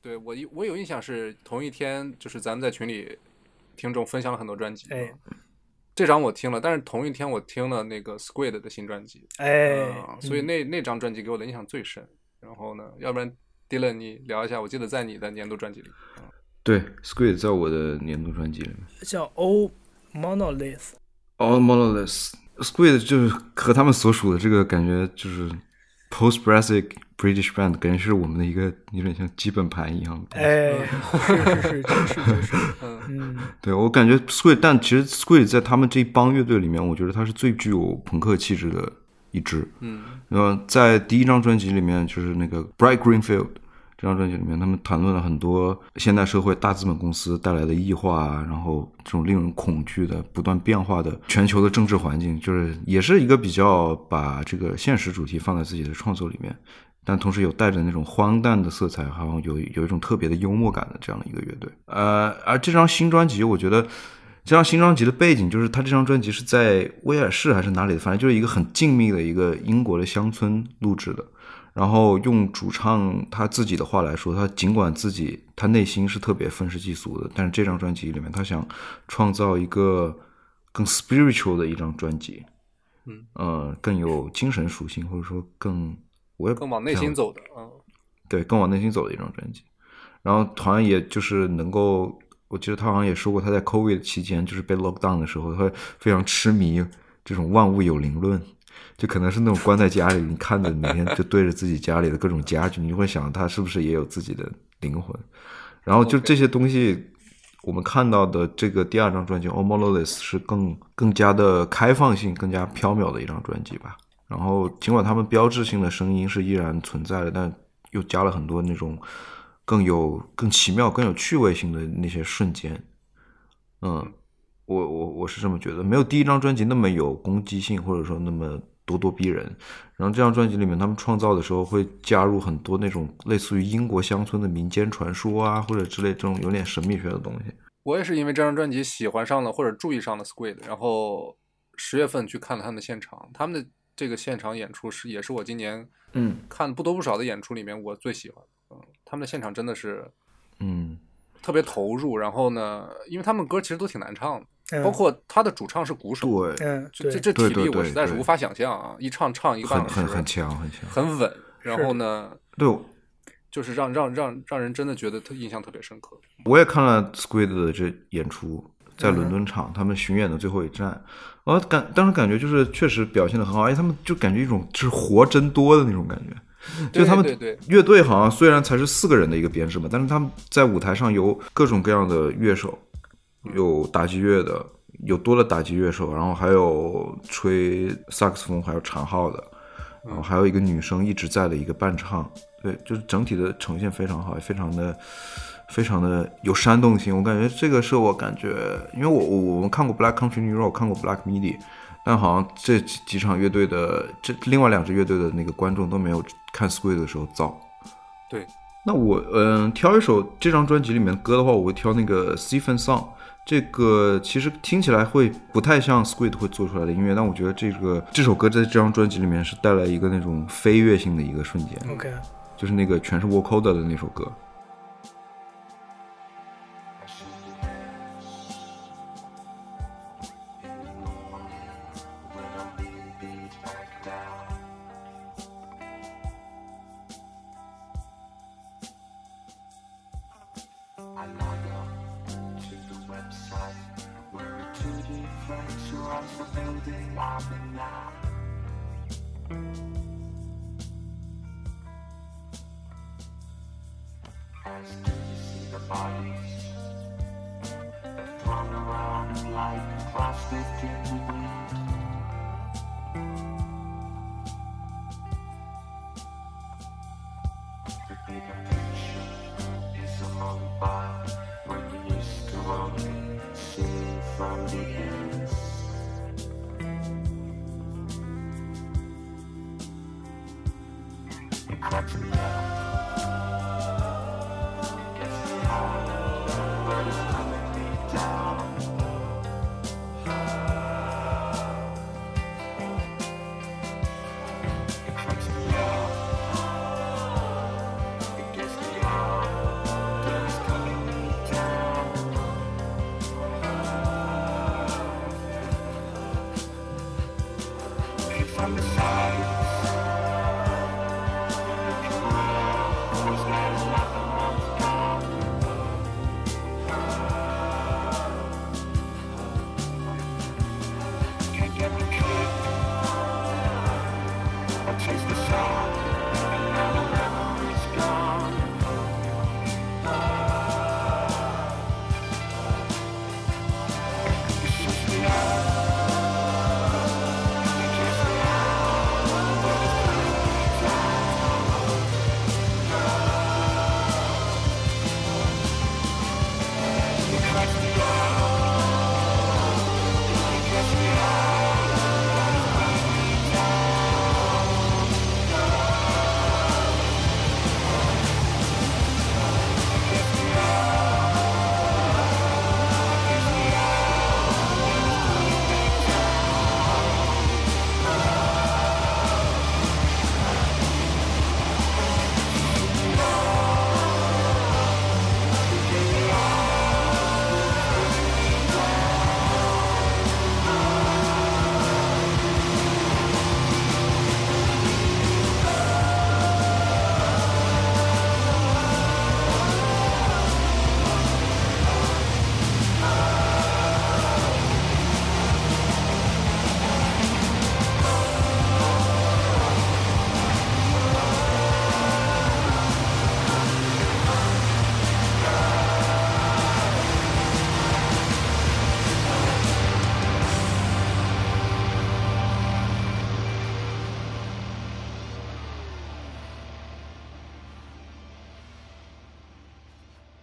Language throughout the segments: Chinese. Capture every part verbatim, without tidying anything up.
对我我有印象是同一天，就是咱们在群里听众分享了很多专辑。 哎， 这张我听了，但是同一天我听了那个 Squid 的新专辑。 哎， 呃、所以那、嗯、那张专辑给我的印象最深。然后呢，要不然 Dylan 你聊一下，我记得在你的年度专辑里。嗯、 对 Squid 在我的年度专辑里面叫 All Monolith。All Monolith。Squid 就是和他们所属的这个感觉就是 Post-Brassic British Band， 感觉是我们的一个有点像基本盘一样的。 哎，是是是，真是真是。嗯， 对，我感觉 Squid， 但其实 Squid 在他们这一帮乐队里面，我觉得他是最具有朋克气质的一支。 嗯， 然后在第一张专辑里面，就是那个 Bright Greenfield。这张专辑里面他们谈论了很多现代社会大资本公司带来的异化，然后这种令人恐惧的不断变化的全球的政治环境，就是也是一个比较把这个现实主题放在自己的创作里面，但同时有带着那种荒诞的色彩，好像有有一种特别的幽默感的这样的一个乐队。呃，而这张新专辑我觉得这张新专辑的背景就是他这张专辑是在威尔士还是哪里的，反正就是一个很静谧的一个英国的乡村录制的。然后用主唱他自己的话来说，他尽管自己他内心是特别愤世嫉俗的，但是这张专辑里面他想创造一个更 spiritual 的一张专辑， 嗯， 呃，更有精神属性，或者说更我也更往内心走的，嗯， 对，更往内心走的一张专辑。然后好像也就是能够，我记得他好像也说过，他在 COVID 期间就是被 lock down 的时候，他非常痴迷这种万物有灵论。就可能是那种关在家里，你看着每天就对着自己家里的各种家具，你会想他是不是也有自己的灵魂。然后就这些东西我们看到的这个第二张专辑 All Monolith 是更更加的开放性更加缥缈的一张专辑吧。然后尽管他们标志性的声音是依然存在的，但又加了很多那种更有更奇妙更有趣味性的那些瞬间。嗯，我我我是这么觉得，没有第一张专辑那么有攻击性，或者说那么咄咄逼人。然后这张专辑里面他们创造的时候会加入很多那种类似于英国乡村的民间传说啊，或者之类这种有点神秘学的东西。 我也是因为这张专辑喜欢上了或者注意上了 Squid， 然后十月份去看了他们的现场，他们的这个现场演出是也是我今年嗯看不多不少的演出里面我最喜欢的。嗯，他们的现场真的是嗯特别投入，然后呢因为他们歌其实都挺难唱的，包括他的主唱是鼓手， 对， 嗯， 这这体力我实在是无法想象啊！一唱唱一个半小时， 很很强，很强， 很稳。然后呢， 对， 就是让让让让人真的觉得他印象特别深刻。 我也看了 Squid 的这演出，在伦敦场、嗯、他们巡演的最后一站，我感当时感觉就是确实表现得很好，而且他们就感觉一种就是活真多的那种感觉。就他们乐队好像虽然才是四个人的一个编制嘛，但是他们在舞台上有各种各样的乐手。有打击乐的，有多的打击乐手，然后还有吹萨克斯风，还有长号的，然后还有一个女生一直在的一个伴唱，对，就是整体的呈现非常好，也非常的非常的有煽动性。我感觉这个是我感觉，因为我我我们看过 Black Country New Road， 看过 Black Midi， 但好像这几场乐队的这另外两支乐队的那个观众都没有看 Squid 的时候燥。 对， 那我嗯挑一首这张专辑里面的歌的话，我会挑那个 Stephen Song。这个其实听起来会不太像 Squid 会做出来的音乐，但我觉得这个这首歌在这张专辑里面是带来一个那种飞跃性的一个瞬间。 OK， 就是那个全是 vocoder 的那首歌。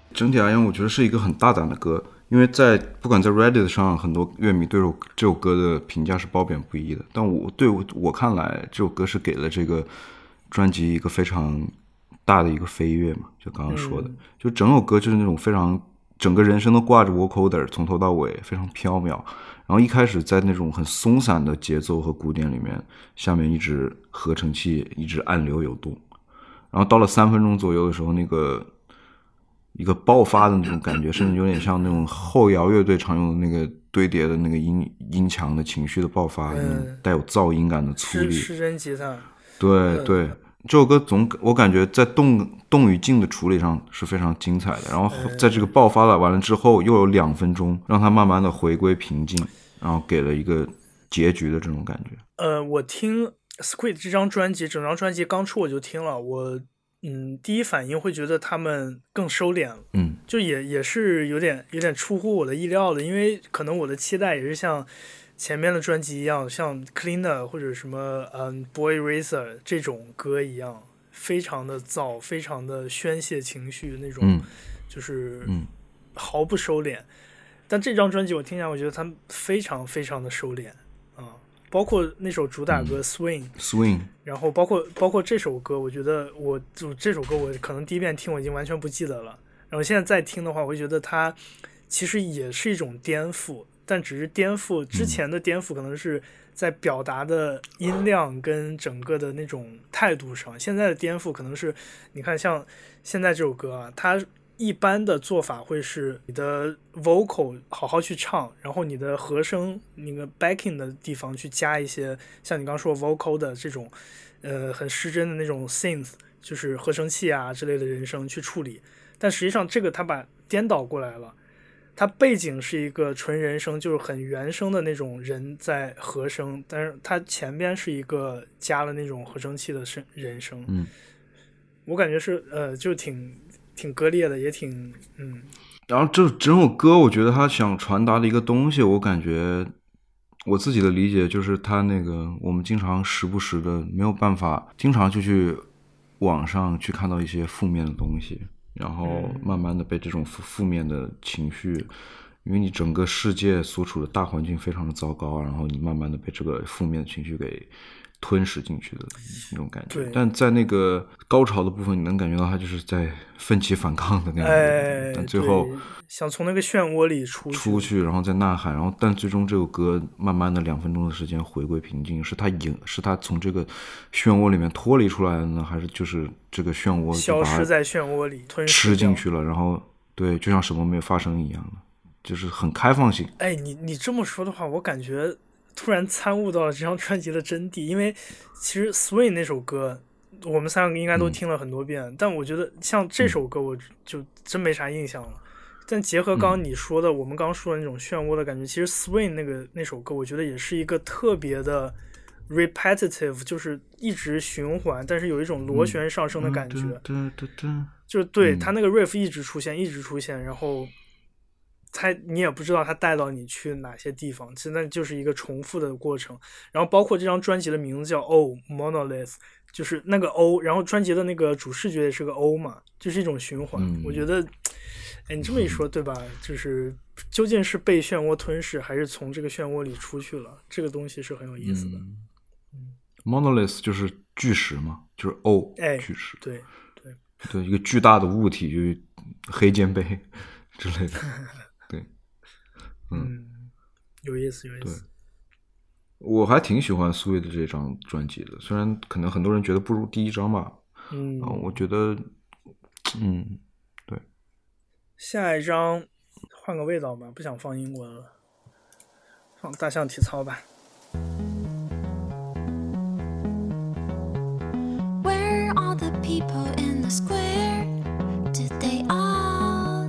整体而言我觉得是一个很大胆的歌，因为在不管在 Reddit 上很多乐迷对这首歌的评价是褒贬不一的，但我对我我看来这首歌是给了这个专辑一个非常大的一个飞跃嘛，就刚刚说的、嗯、就整首歌就是那种非常整个人声都挂着 vocoder 从头到尾非常飘渺，然后一开始在那种很松散的节奏和鼓点里面，下面一直合成器一直暗流涌动，然后到了三分钟左右的时候，那个一个爆发的那种感觉，甚至有点像那种后摇乐队常用的那个堆叠的那个音音墙的情绪的爆发，嗯、带有噪音感的粗粝， 失真吉他， 对、嗯、对，这首歌总我感觉在动动与静的处理上是非常精彩的，然后在这个爆发了完了之后，又有两分钟让它慢慢的回归平静，然后给了一个结局的这种感觉。 呃，我听 Squid 这张专辑，整张专辑刚出我就听了，我嗯第一反应会觉得他们更收敛了， 嗯， 就也也是有点有点出乎我的意料的，因为可能我的期待也是像前面的专辑一样，像 Cleaner 或者什么嗯 Boy Racer 这种歌一样，非常的燥，非常的宣泄情绪那种， 嗯、 就是毫不收敛、嗯。但这张专辑我听下来，我觉得他们非常非常的收敛啊，包括那首主打歌 Swing、 嗯、Swing， 然后包括包括这首歌，我觉得我就这首歌我可能第一遍听我已经完全不记得了，然后现在再听的话，我会觉得它其实也是一种颠覆。但只是颠覆之前的颠覆可能是在表达的音量跟整个的那种态度上，现在的颠覆可能是你看像现在这首歌啊，它一般的做法会是你的 vocal 好好去唱，然后你的和声那个 backing 的地方去加一些像你刚说 vocal 的这种呃很失真的那种 synth， 就是合成器啊之类的人声去处理，但实际上这个它把颠倒过来了，它背景是一个纯人声，就是很原声的那种人在和声，但是它前边是一个加了那种合成器的声人声。 嗯， 我感觉是呃，就挺挺割裂的，也挺嗯。 然后这整首歌，我觉得他想传达的一个东西，我感觉我自己的理解就是他那个我们经常时不时的没有办法，经常就去网上去看到一些负面的东西。然后慢慢的被这种负面的情绪、嗯、因为你整个世界所处的大环境非常的糟糕，然后你慢慢的被这个负面的情绪给吞噬进去的那种感觉，但在那个高潮的部分你能感觉到他就是在奋起反抗的那种、 哎、 但最后想从那个漩涡里出去出去然后再呐喊，然后但最终这首歌慢慢的两分钟的时间回归平静，是他赢是他从这个漩涡里面脱离出来的呢，还是就是这个漩涡消失在漩涡里吞吃进去了，然后对就像什么没有发生一样的，就是很开放性。 哎，你你这么说的话，我感觉突然参悟到了这张专辑的真谛，因为其实 Swing 那首歌我们三个应该都听了很多遍、嗯、但我觉得像这首歌我就真没啥印象了、嗯、但结合刚刚你说的、嗯、我们刚刚说的那种漩涡的感觉，其实 Swing 那个那首歌我觉得也是一个特别的 repetitive， 就是一直循环，但是有一种螺旋上升的感觉、 嗯、 就对、嗯、他那个 riff 一直出现一直出现，然后他你也不知道他带到你去哪些地方，其实那就是一个重复的过程。然后包括这张专辑的名字叫 O Monolith， 就是那个 O， 然后专辑的那个主视觉也是个 O 嘛，就是一种循环、嗯、我觉得哎，你这么一说、嗯、对吧，就是究竟是被漩涡吞噬还是从这个漩涡里出去了，这个东西是很有意思的。 嗯嗯、Monolith 就是巨石嘛，就是 O、 哎、 巨石， 对对对，一个巨大的物体，就是黑肩背之类的对，嗯， 嗯，有意思，有意思。 我还挺喜欢 Sweet 这张专辑的，虽然可能很多人觉得不如第一张吧， 嗯， 呃、我觉得，嗯，对。 下一张换个味道吧，不想放英文了，放大象体操吧。Where are the people in the square? Did they all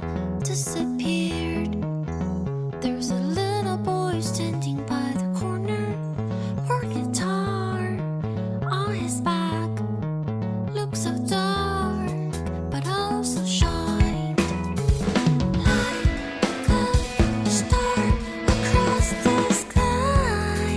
disappeared? There's a little boy standing by the corner, poor guitar on his back, looks so dark but also shine like a star across the sky.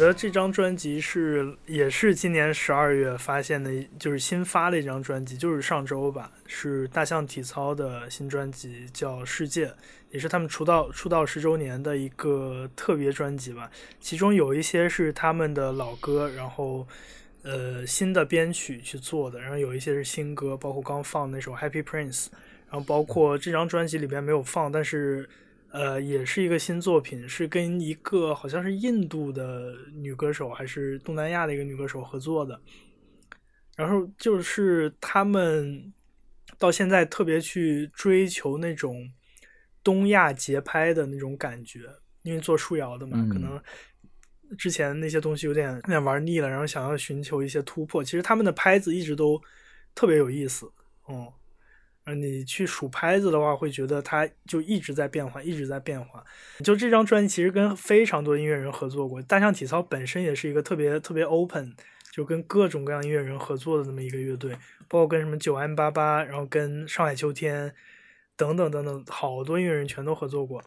的这张专辑是也是今年十二月发现的，就是新发的一张专辑，就是上周吧，是大象体操的新专辑，叫《世界》，也是他们出道出道十周年的一个特别专辑吧。其中有一些是他们的老歌，然后呃新的编曲去做的，然后有一些是新歌，包括刚放那首《Happy Prince》，然后包括这张专辑里边没有放，但是呃，也是一个新作品，是跟一个好像是印度的女歌手还是东南亚的一个女歌手合作的。然后就是他们到现在特别去追求那种东亚节拍的那种感觉，因为做树摇的嘛，嗯、可能之前那些东西有点有点玩腻了，然后想要寻求一些突破。其实他们的拍子一直都特别有意思，嗯。你去数拍子的话会觉得它就一直在变化一直在变化。就这张专辑其实跟非常多音乐人合作过，大象体操本身也是一个特别特别 open， 就跟各种各样音乐人合作的这么一个乐队，包括跟什么九 M 八八，然后跟上海秋天等等等等，好多音乐人全都合作过。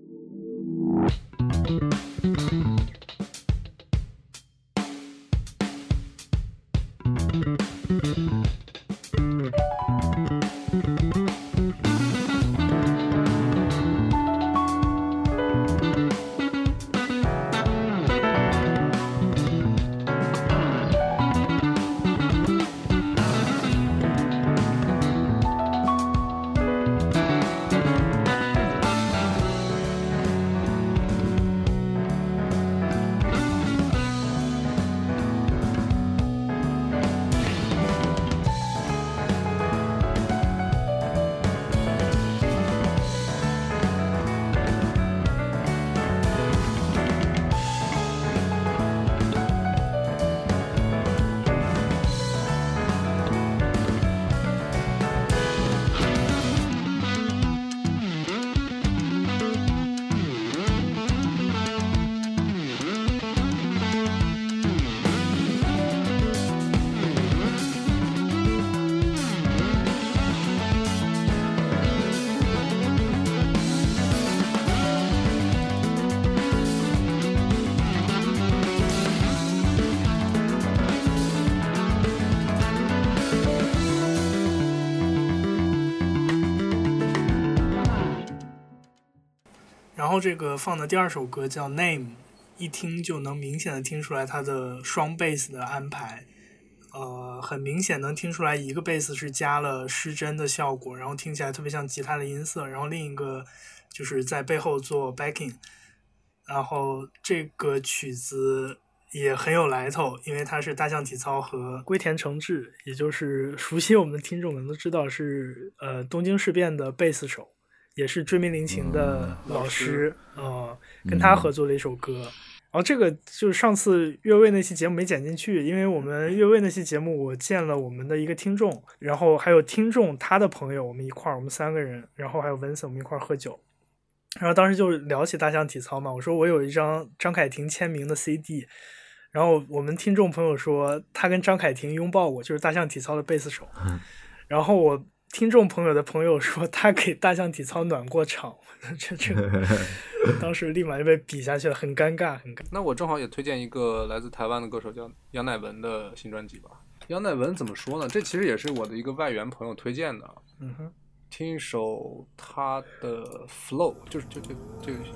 然后这个放的第二首歌叫 Name， 一听就能明显的听出来它的双贝斯的安排，呃，很明显能听出来一个贝斯是加了失真的效果，然后听起来特别像吉他的音色，然后另一个就是在背后做 backing。 然后这个曲子也很有来头，因为它是大象体操和龟田诚治，也就是熟悉我们的听众可能都知道是呃东京事变的贝斯手，也是追名林檎的老师啊、嗯呃，跟他合作的一首歌。然后这个就是上次越位那期节目没剪进去，因为我们越位那期节目我见了我们的一个听众，然后还有听众他的朋友，我们一块儿，我们三个人，然后还有文森，我们一块儿喝酒。然后当时就聊起大象体操嘛，我说我有一张张凯婷签名的 C D， 然后我们听众朋友说他跟张凯婷拥抱过，就是大象体操的贝斯手。然后我听众朋友的朋友说他给大象体操暖过场，这这个当时立马就被比下去了，很尴尬很尴尬。 那我正好也推荐一个来自台湾的歌手叫杨乃文的新专辑吧。杨乃文怎么说呢，这其实也是我的一个外援朋友推荐的。 嗯哼， 听一首他的 Flow， 就是就这这个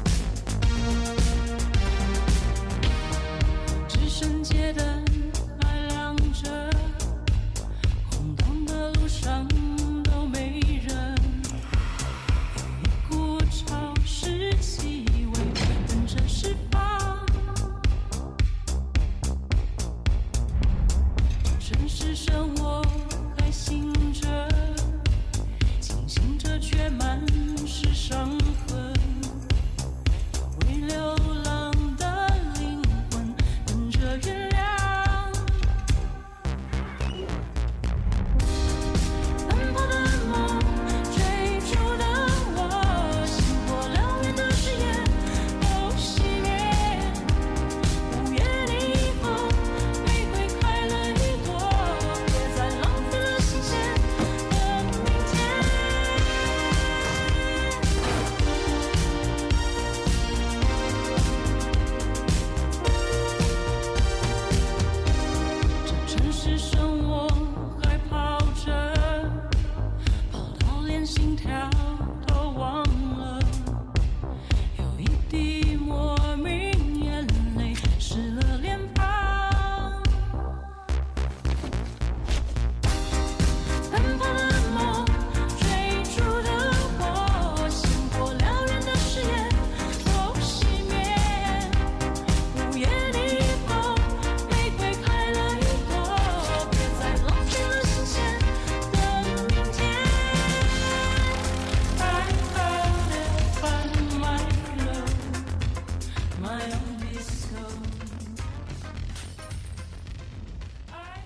只剩街灯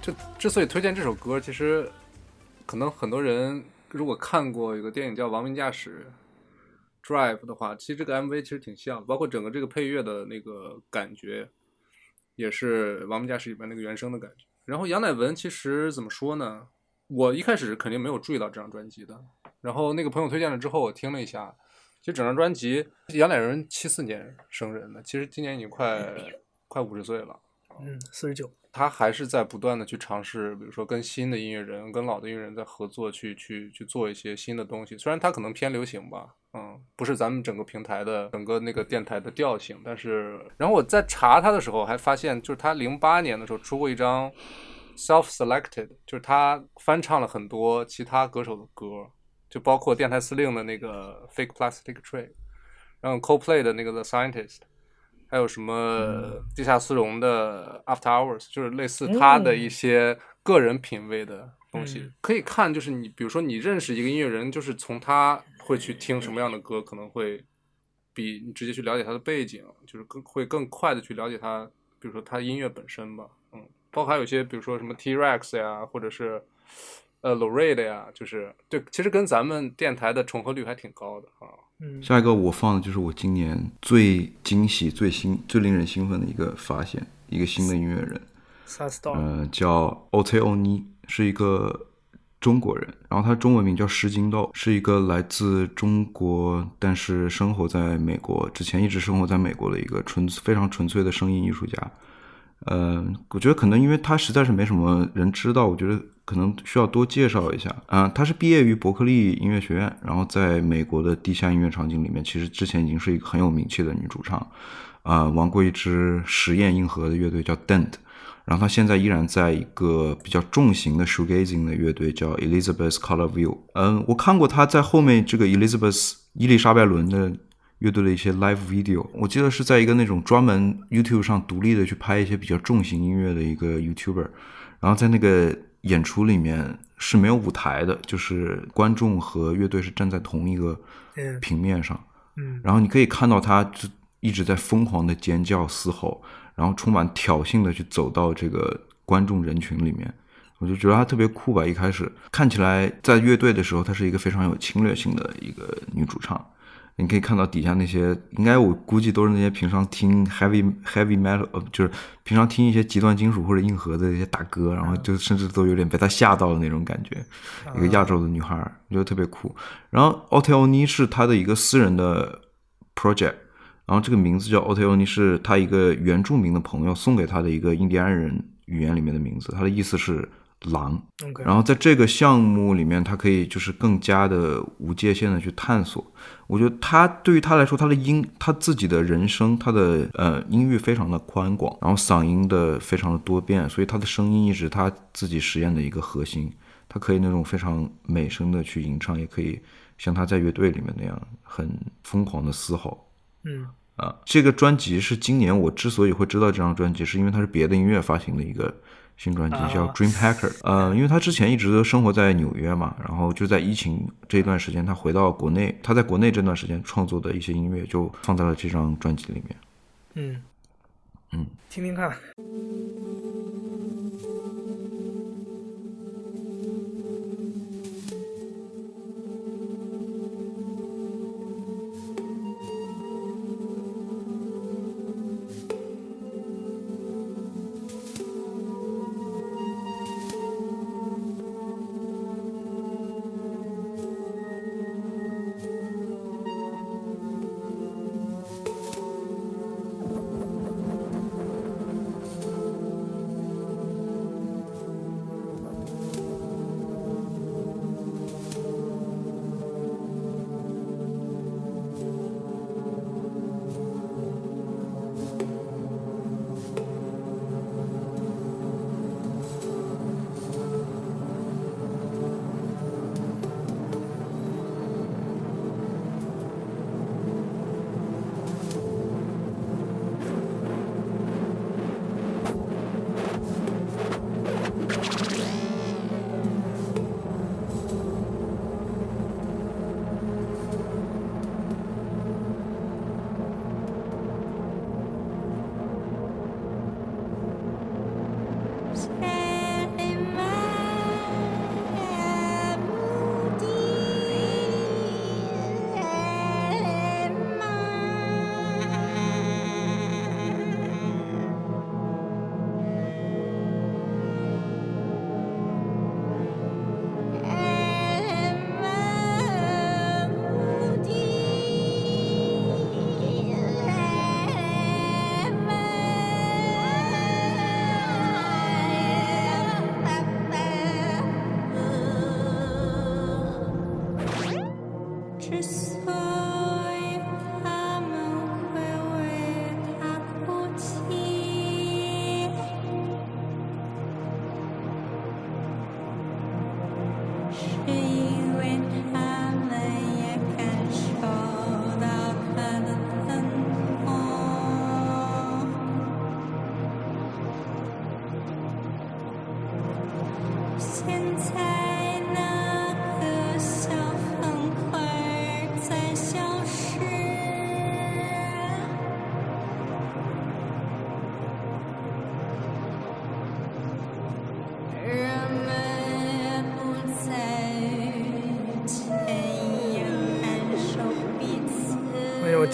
就之所以推荐这首歌，其实可能很多人如果看过有个电影叫《亡命驾驶》Drive 的话，其实这个 M V 其实挺像，包括整个这个配乐的那个感觉也是《亡命驾驶》里面那个原声的感觉。然后杨乃文其实怎么说呢，我一开始肯定没有注意到这张专辑的，然后那个朋友推荐了之后我听了一下，其实整张专辑杨乃文七四年生人的，其实今年已经快快五十岁了， 嗯，四十九。 他还是在不断的去尝试，比如说跟新的音乐人跟老的音乐人在合作，去去去做一些新的东西。虽然他可能偏流行吧，嗯，不是咱们整个平台的整个那个电台的调性，但是然后我在查他的时候还发现，就是他零八年的时候出过一张 Self Selected， 就是他翻唱了很多其他歌手的歌，就包括电台司令的那个 Fake Plastic Tree， 然后 Coldplay 的那个 The Scientist，还有什么地下丝绒的 After Hours， 就是类似他的一些个人品味的东西，嗯、可以看。就是你比如说你认识一个音乐人，就是从他会去听什么样的歌，可能会比你直接去了解他的背景，就是更会更快的去了解他，比如说他音乐本身吧。嗯，包括还有一些比如说什么 T-Rex 呀，或者是呃 Lorraine 呀，就是对，其实跟咱们电台的重合率还挺高的啊。 下一个我放的就是我今年最惊喜、最新、最令人兴奋的一个发现，一个新的音乐人，呃，叫 Oteoni， 是一个中国人，然后他中文名叫石金豆，是一个来自中国，但是生活在美国，之前一直生活在美国的一个纯非常纯粹的声音艺术家。呃，我觉得可能因为他实在是没什么人知道，我觉得可能需要多介绍一下啊、呃。他是毕业于伯克利音乐学院，然后在美国的地下音乐场景里面，其实之前已经是一个很有名气的女主唱，啊、呃，玩过一支实验硬核的乐队叫 Dent， 然后他现在依然在一个比较重型的 shoegazing 的乐队叫 Elizabeth Color View。嗯、呃，我看过他在后面这个 Elizabeth 伊丽莎白伦的乐队的一些 live video， 我记得是在一个那种专门 YouTube 上独立的去拍一些比较重型音乐的一个 YouTuber， 然后在那个演出里面是没有舞台的，就是观众和乐队是站在同一个平面上， 嗯， 然后你可以看到他就一直在疯狂的尖叫嘶吼，然后充满挑衅的去走到这个观众人群里面，我就觉得她特别酷吧。一开始看起来在乐队的时候她是一个非常有侵略性的一个女主唱，你可以看到底下那些应该我估计都是那些平常听 heavy heavy metal 呃，就是平常听一些极端金属或者硬核的一些大哥，然后就甚至都有点被他吓到的那种感觉，一个亚洲的女孩我觉得特别酷。然后 Oteoni 是他的一个私人的 project， 然后这个名字叫 Oteoni 是他一个原住民的朋友送给他的一个印第安人语言里面的名字，他的意思是狼。 Okay. 然后在这个项目里面他可以就是更加的无界限的去探索。我觉得他对于他来说，他的音他自己的人声，他的呃音域非常的宽广，然后嗓音的非常的多变，所以他的声音一直他自己实验的一个核心。他可以那种非常美声的去吟唱，也可以像他在乐队里面那样很疯狂的嘶吼。 嗯啊，这个专辑是今年我之所以会知道这张专辑，是因为它是别的音乐发行的一个新专辑叫 Dream Hacker， 呃，因为他之前一直都生活在纽约嘛，然后就在疫情这一段时间他回到国内，他在国内这段时间创作的一些音乐就放在了这张专辑里面。 嗯嗯， 听听看。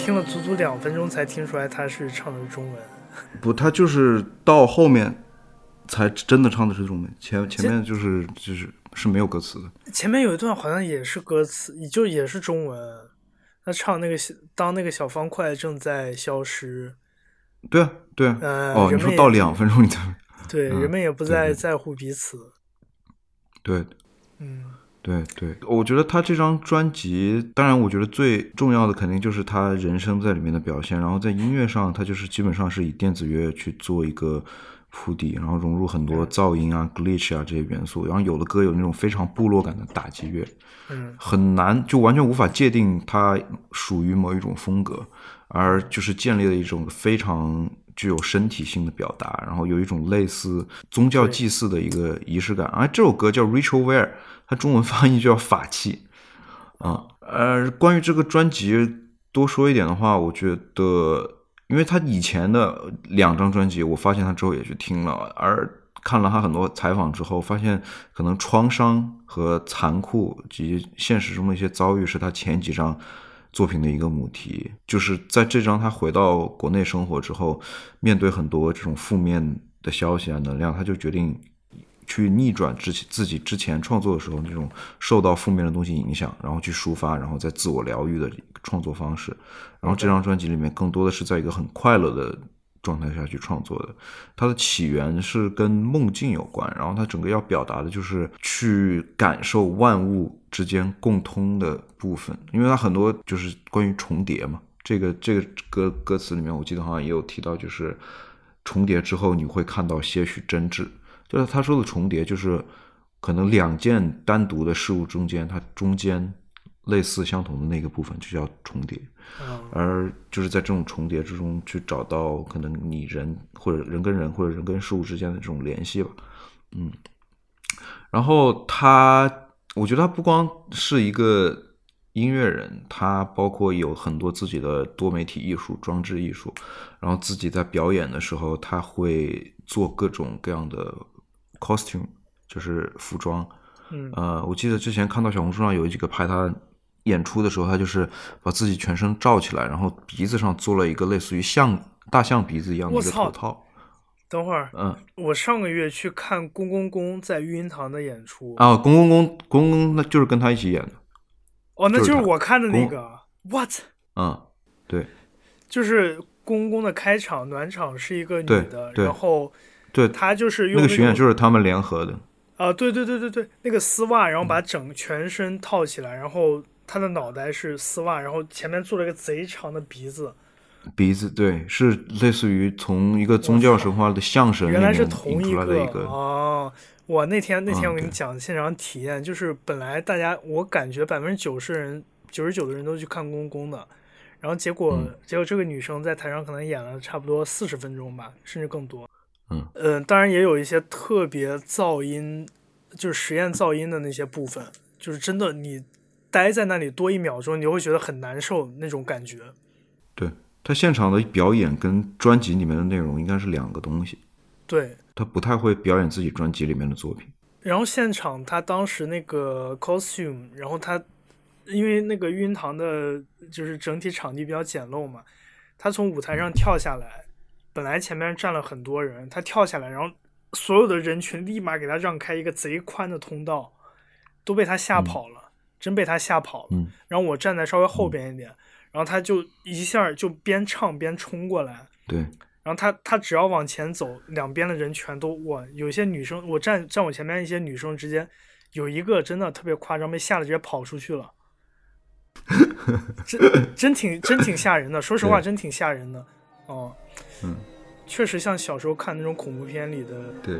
听了足足两分钟才听出来他是唱的是中文。 不，他就是到后面才真的唱的是中文，前前面就是就是是没有歌词的。 前面有一段好像也是歌词，就也是中文。他唱那个当那个小方块正在消失。 对啊，对啊。 呃、 哦，你说到两分钟你才对、嗯，人们也不再在乎彼此。 对， 嗯， 对对，我觉得他这张专辑，当然我觉得最重要的肯定就是他人声在里面的表现，然后在音乐上他就是基本上是以电子乐去做一个铺底，然后融入很多噪音啊、glitch 啊这些元素，然后有的歌有那种非常部落感的打击乐， 嗯， 很难就完全无法界定它属于某一种风格，而就是建立了一种非常具有身体性的表达，然后有一种类似宗教祭祀的一个仪式感。而这首歌叫 Ritual Wear， 它中文翻译就叫法器啊。呃，关于这个专辑多说一点的话，我觉得因为他以前的两张专辑我发现他之后也去听了，而看了他很多采访之后发现可能创伤和残酷及现实中的一些遭遇是他前几张作品的一个母题，就是在这张他回到国内生活之后，面对很多这种负面的消息啊能量，他就决定去逆转自己之前创作的时候那种受到负面的东西影响，然后去抒发，然后再自我疗愈的一个创作方式。然后这张专辑里面更多的是在一个很快乐的状态下去创作的，它的起源是跟梦境有关，然后它整个要表达的就是去感受万物之间共通的部分，因为它很多就是关于重叠嘛，这个这个歌歌词里面我记得好像也有提到，就是重叠之后你会看到些许真挚，就是他说的重叠就是可能两件单独的事物中间它中间类似相同的那个部分就叫重叠，而就是在这种重叠之中去找到可能你人或者人跟人或者人跟事物之间的这种联系吧。嗯，然后他我觉得他不光是一个音乐人，他包括有很多自己的多媒体艺术、装置艺术，然后自己在表演的时候他会做各种各样的 costume， 就是服装。 嗯， 呃，我记得之前看到小红书上有几个拍他演出的时候，他就是把自己全身罩起来，然后鼻子上做了一个类似于像大象鼻子一样的一个头套。 等会儿， 嗯， 我上个月去看公公公在育婴堂的演出啊，公公公公公那就是跟他一起演的。 哦，那就是我看的那个 ，what？ 嗯，对， 就是公公的开场暖场是一个女的，然后对， 他就是用那个巡演就是他们联合的。 啊，对对对对对，那个丝袜，然后把整全身套起来，然后他的脑袋是丝袜，然后前面做了一个贼长的鼻子。 鼻子，对，是类似于从一个宗教神话的象神原来是同一个一个哦。我那天那天我跟你嗯、 讲现场体验，就是本来大家我感觉百分之九十人九十九的人都去看公公的，然后结果、 嗯、 结果这个女生在台上可能演了差不多四十分钟吧，甚至更多。 嗯呃，当然也有一些特别噪音，就是实验噪音的那些部分，就是真的你待在那里多一秒钟，你会觉得很难受那种感觉。 对，他现场的表演跟专辑里面的内容应该是两个东西。 对， 他不太会表演自己专辑里面的作品。 然后现场他当时那个 costume， 然后他因为那个育婴堂的就是整体场地比较简陋嘛，他从舞台上跳下来，本来前面站了很多人，他跳下来，然后所有的人群立马给他让开一个贼宽的通道，都被他吓跑了、嗯、真被他吓跑了、 嗯、 然后我站在稍微后边一点、嗯、然后他就一下就边唱边冲过来， 对， 然后他他只要往前走，两边的人全都哇，有些女生我站站我前面一些女生之间有一个真的特别夸张，被吓得直接跑出去了真真挺真挺吓人的，说实话真挺吓人的哦。 嗯， 确实像小时候看那种恐怖片里的。 对。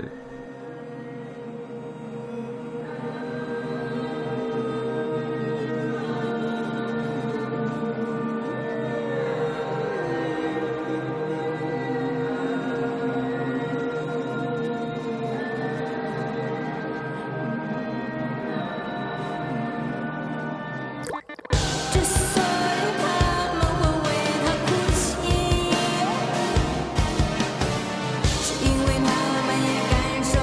是因为他们也感受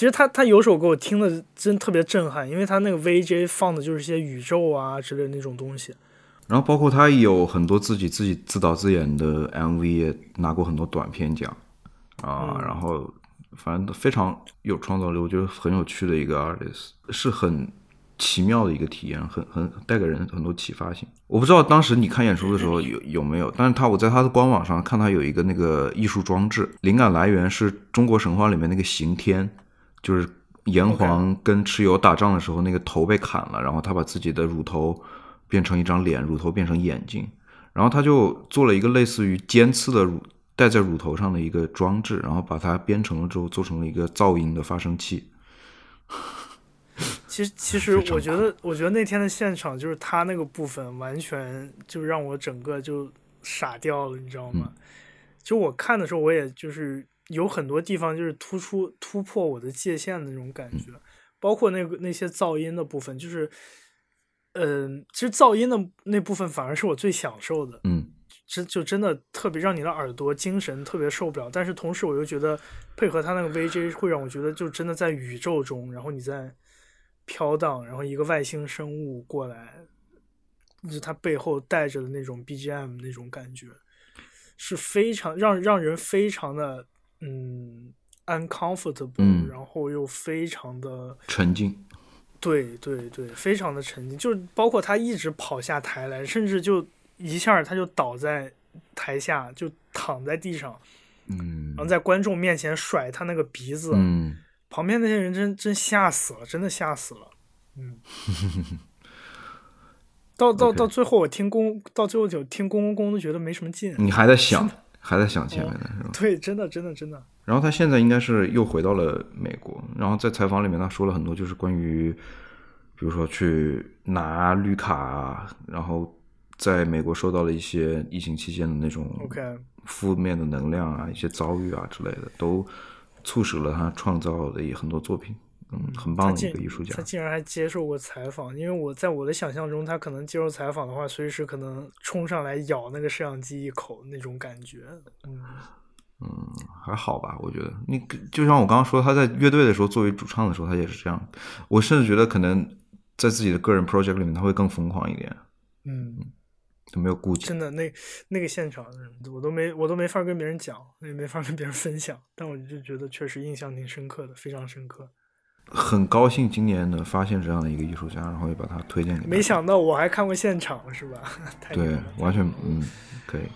实他他有首歌我听的真特别震撼，因为他那个 V J 放的就是一些宇宙啊之类的那种东西。 然后包括他有很多自己自己自导自演的 M V， 也拿过很多短片奖啊、嗯，然后反正非常有创造力，我觉得很有趣的一个 artist， 是很奇妙的一个体验，很很带给人很多启发性。我不知道当时你看演出的时候有有没有，但是他我在他的官网上看他有一个那个艺术装置，灵感来源是中国神话里面那个刑天，就是炎黄跟蚩尤打仗的时候，那个头被砍了，然后他把自己的乳头变成一张脸，乳头变成眼睛，然后他就做了一个类似于尖刺的乳戴在乳头上的一个装置，然后把它编成了之后做成了一个噪音的发生器。 其实其实我觉得我觉得那天的现场就是他那个部分完全就让我整个就傻掉了，你知道吗？嗯、就我看的时候，我也就是有很多地方就是突出突破我的界限的那种感觉，嗯、包括那个那些噪音的部分，就是。嗯、呃，其实噪音的那部分反而是我最享受的， 嗯， 这就真的特别让你的耳朵精神特别受不了，但是同时我又觉得配合他那个 V J 会让我觉得就真的在宇宙中，然后你在飘荡，然后一个外星生物过来，就是他背后带着的那种 B G M 那种感觉，是非常让让人非常的嗯 uncomfortable， 嗯， 然后又非常的沉静。 对对对，非常的沉静，就是包括他一直跑下台来，甚至就一下他就倒在台下，就躺在地上， 嗯， 然后在观众面前甩他那个鼻子， 嗯， 旁边那些人真真吓死了，真的吓死了，嗯，到到到最后我听公，到最后就听公公公都觉得没什么劲， 你还在想，还在想前面的、哦、是吧？ 对，真的真的真的。 然后他现在应该是又回到了美国，然后在采访里面他说了很多，就是关于比如说去拿绿卡，然后在美国受到了一些疫情期间的那种负面的能量啊， okay. 一些遭遇啊之类的，都促使了他创造的很多作品。嗯，很棒的一个艺术家。 他, 他竟然还接受过采访，因为我在我的想象中，他可能接受采访的话，随时可能冲上来咬那个摄像机一口那种感觉。嗯嗯，还好吧，我觉得你就像我刚刚说，他在乐队的时候作为主唱的时候，他也是这样。我甚至觉得可能在自己的个人 project 里面，他会更疯狂一点。 嗯， 就没有顾忌。 真的，那那个现场，我都没我都没法跟别人讲，也没法跟别人分享。但我就觉得确实印象挺深刻的，非常深刻。 很高兴今年呢发现这样的一个艺术家，然后也把他推荐给他。 没想到我还看过现场，是吧？太对，完全嗯可以。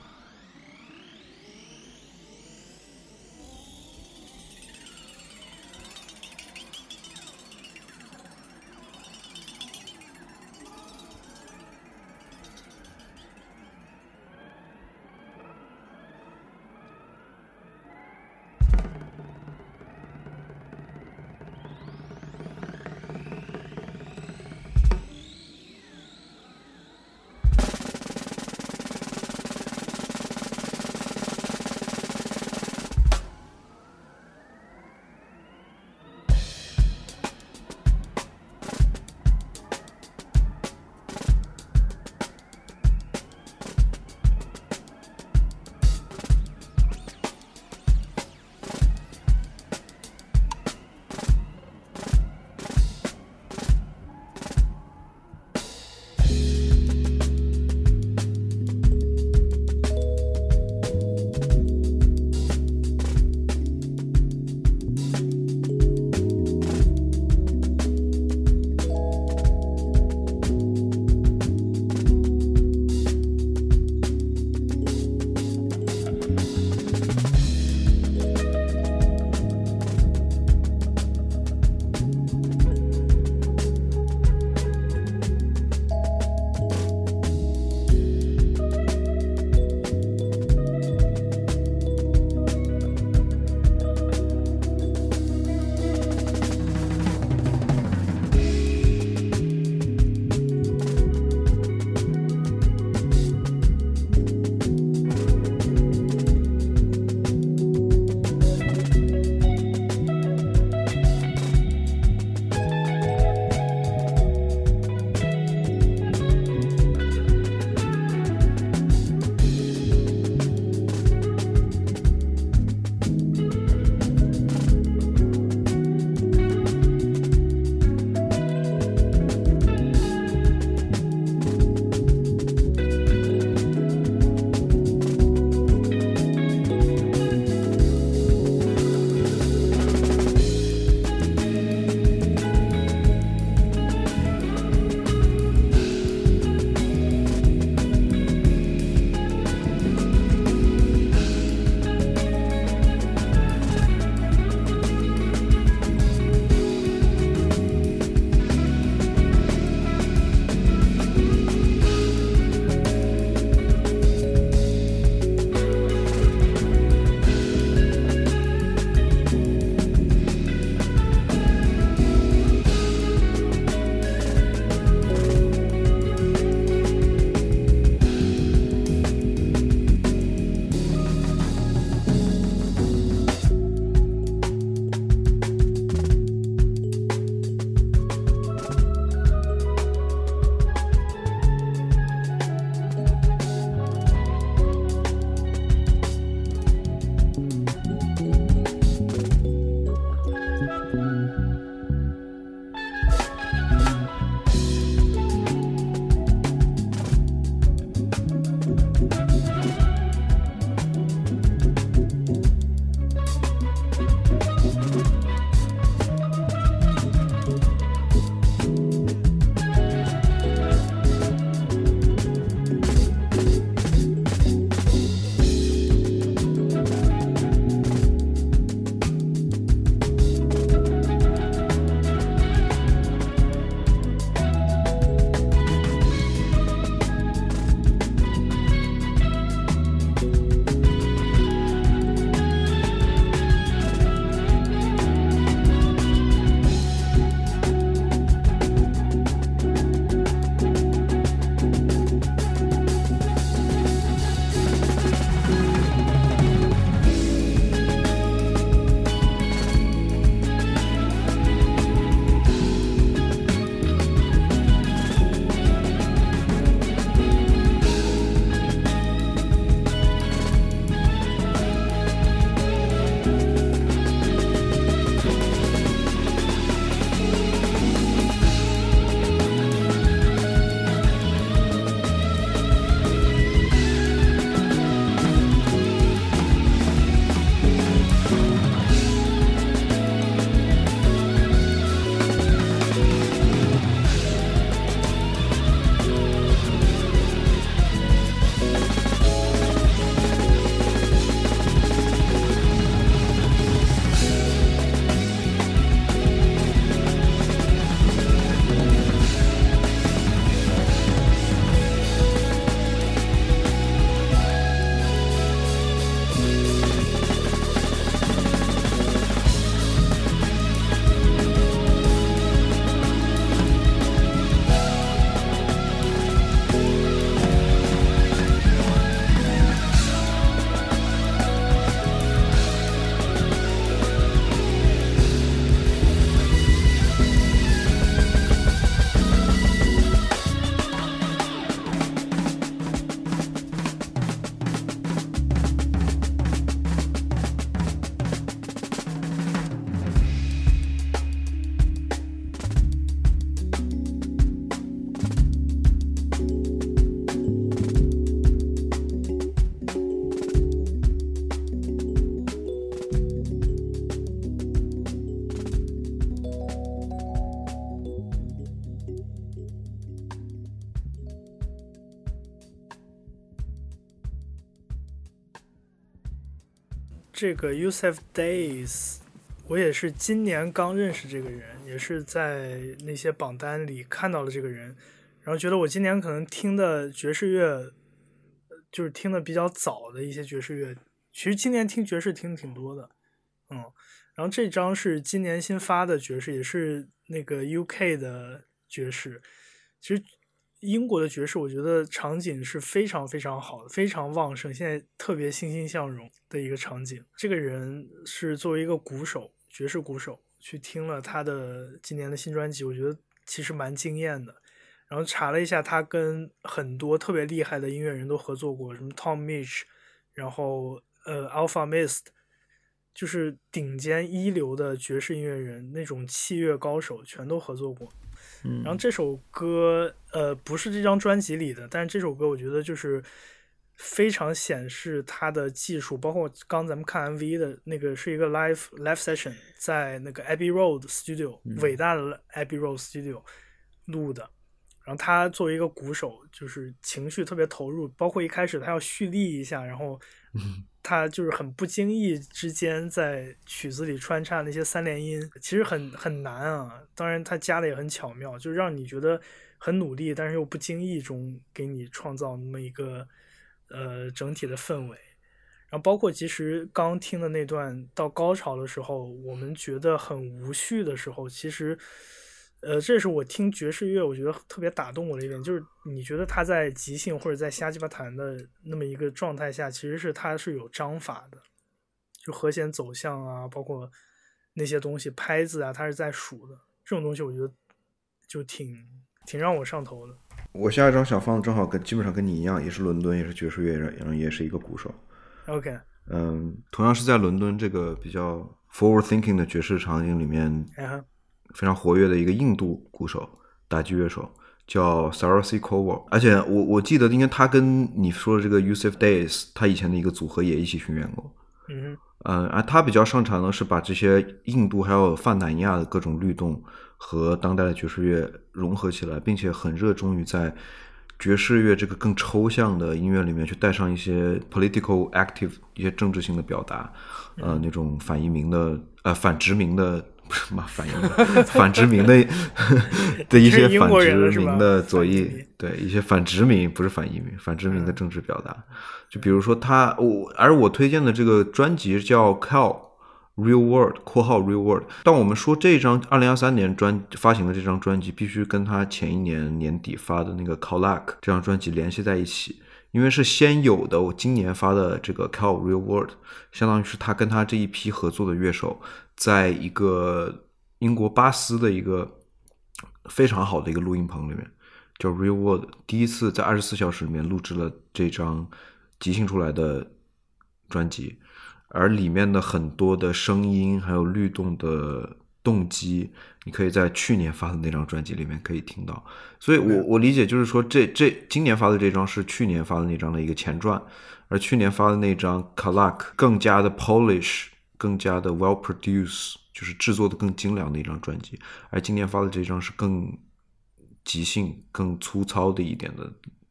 这个 Yusuf Days， 我也是今年刚认识这个人，也是在那些榜单里看到了这个人，然后觉得我今年可能听的爵士乐就是听的比较早的一些爵士乐，其实今年听爵士听挺多的，嗯，然后这张是今年新发的爵士，也是那个 U K 的爵士。其实英国的爵士我觉得场景是非常非常好的，非常旺盛，现在特别欣欣向荣的一个场景。这个人是作为一个鼓手，爵士鼓手，去听了他的今年的新专辑，我觉得其实蛮惊艳的。然后查了一下，他跟很多特别厉害的音乐人都合作过，什么 Tom Misch， 然后呃 Alpha Mist， 就是顶尖一流的爵士音乐人，那种器乐高手全都合作过。 嗯， 然后这首歌呃不是这张专辑里的，但是这首歌我觉得就是非常显示他的技术，包括刚咱们看 M V 的那个是一个 live live session， 在那个 Abbey Road Studio，嗯，伟大的 Abbey Road Studio 录的。然后他作为一个鼓手，就是情绪特别投入，包括一开始他要蓄力一下，然后他就是很不经意之间在曲子里穿插那些三连音，其实很很难啊。当然他加的也很巧妙，就让你觉得很努力，但是又不经意中给你创造那么一个呃整体的氛围。然后包括其实刚听的那段到高潮的时候，我们觉得很无序的时候，其实呃，这是我听爵士乐我觉得特别打动我的一点，就是你觉得他在即兴或者在瞎鸡巴弹的那么一个状态下，其实是他是有章法的，就和弦走向啊，包括那些东西拍子啊，他是在数的，这种东西我觉得就挺挺让我上头的。 我下一张想放的正好跟基本上跟你一样，也是伦敦，也是爵士乐，然后也是一个鼓手。 OK， 嗯，同样是在伦敦这个比较 forward thinking 的爵士场景里面， uh-huh. 非常活跃的一个印度鼓手，打击乐手叫 Sarasi Kowal， 而且我我记得应该他跟你说的这个 Yusuf Days 他以前的一个组合也一起巡演过。 嗯嗯，而他比较擅长的是把这些印度还有泛南亚的各种律动和当代的爵士乐融合起来，并且很热衷于在爵士乐这个更抽象的音乐里面去带上一些 political active 一些政治性的表达，呃，那种反移民的呃反殖民的不是嘛反移民反殖民的的一些反殖民的左翼，对一些反殖民不是反移民反殖民的政治表达，就比如说他我而我推荐的这个专辑叫 Cal Real World 括号 Real World， 但我们说这张二零二三年专发行的这张专辑必须跟他前一年年底发的那个 Kalak 这张专辑联系在一起，因为是先有的我今年发的这个 Cal Real World 相当于是他跟他这一批合作的乐手在一个英国巴斯的一个非常好的一个录音棚里面叫 Real World， 第一次在二十四小时里面录制了这张即兴出来的专辑，而里面的很多的声音还有律动的动机你可以在去年发的那张专辑里面可以听到，所以我我理解就是说这这今年发的这张是去年发的那张的一个前传，而去年发的那张 Kalak 更加的 polish 更加的 well produced 就是制作的更精良的一张专辑，而今年发的这张是更即兴更粗糙的一点的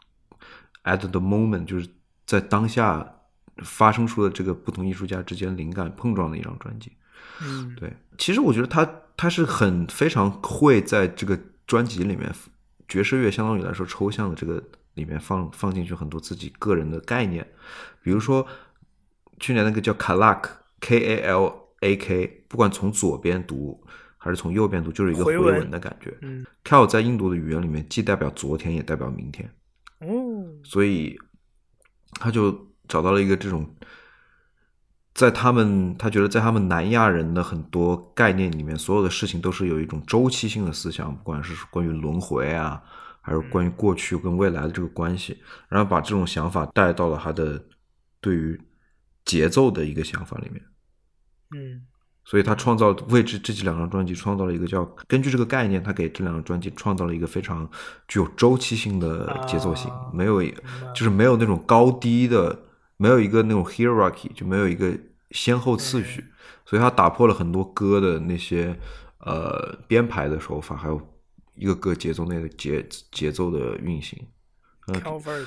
at the moment 就是在当下发生出的这个不同艺术家之间灵感碰撞的一张专辑。 嗯， 对，其实我觉得他他是很非常会在这个专辑里面爵士乐相当于来说抽象的这个里面放放进去很多自己个人的概念，比如说去年那个叫 Kalak K A L A K 不管从左边读还是从右边读就是一个回文的感觉。 嗯 Kal 在印度的语言里面既代表昨天也代表明天。 哦， 所以他就找到了一个这种在他们他觉得在他们南亚人的很多概念里面所有的事情都是有一种周期性的思想，不管是关于轮回啊还是关于过去跟未来的这个关系，然后把这种想法带到了他的对于节奏的一个想法里面。 嗯， 所以他创造为这这几两张专辑创造了一个叫根据这个概念他给这两张专辑创造了一个非常具有周期性的节奏性、啊、没有就是没有那种高低的没有一个那种 hierarchy 就没有一个先后次序、嗯、所以他打破了很多歌的那些呃编排的手法还有一个歌节奏内的节节奏的运行、呃、 Calverse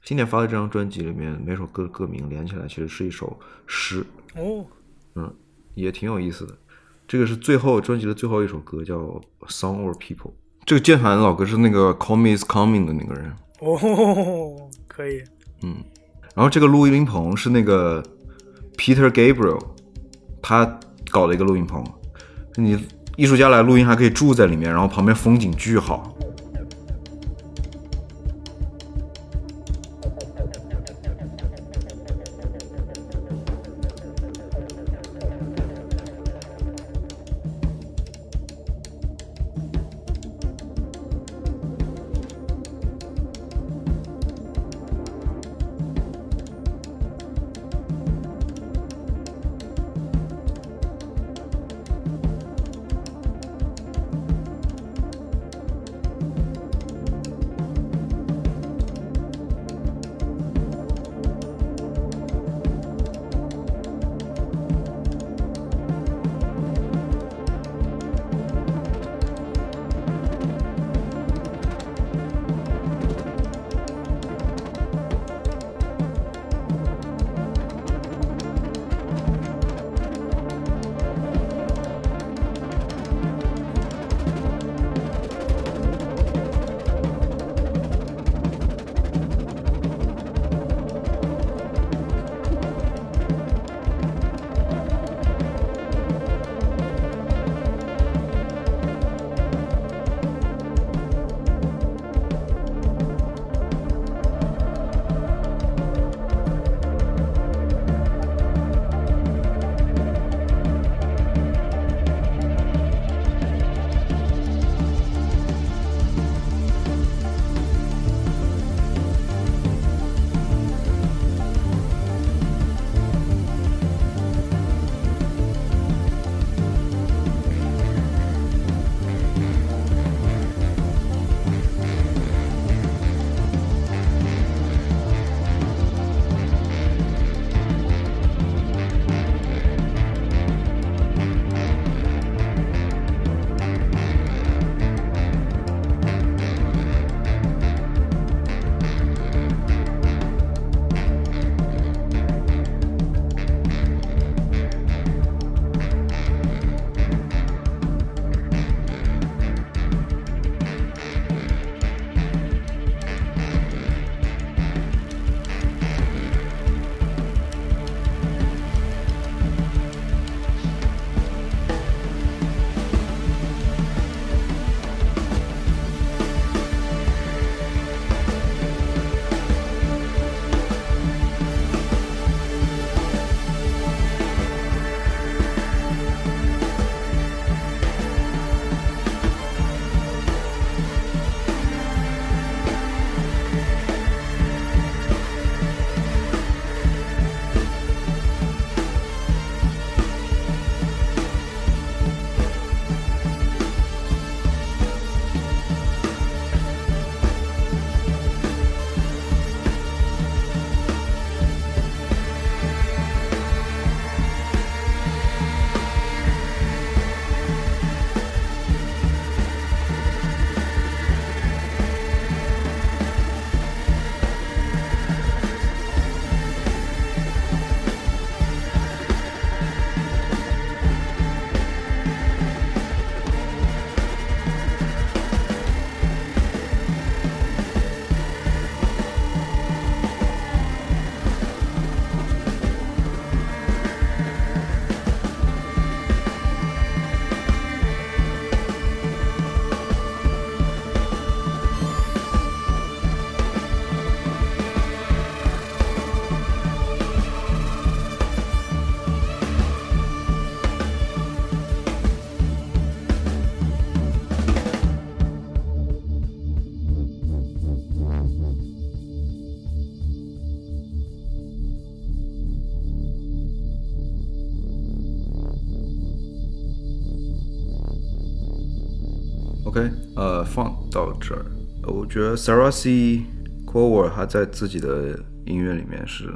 今年发的这张专辑里面每首歌歌名连起来其实是一首诗哦， 嗯，也挺有意思的。这个是最后专辑的最后一首歌，叫 Song or People。 这个键盘老哥是那个 Call Me Is Coming 的那个人哦，可以。 嗯，然后这个录音棚是那个 Peter Gabriel 他搞的一个录音棚，你艺术家来录音还可以住在里面，然后旁边风景巨好。OK， 呃，放到这儿，我觉得 Sarah C. Coward 他在自己的音乐里面是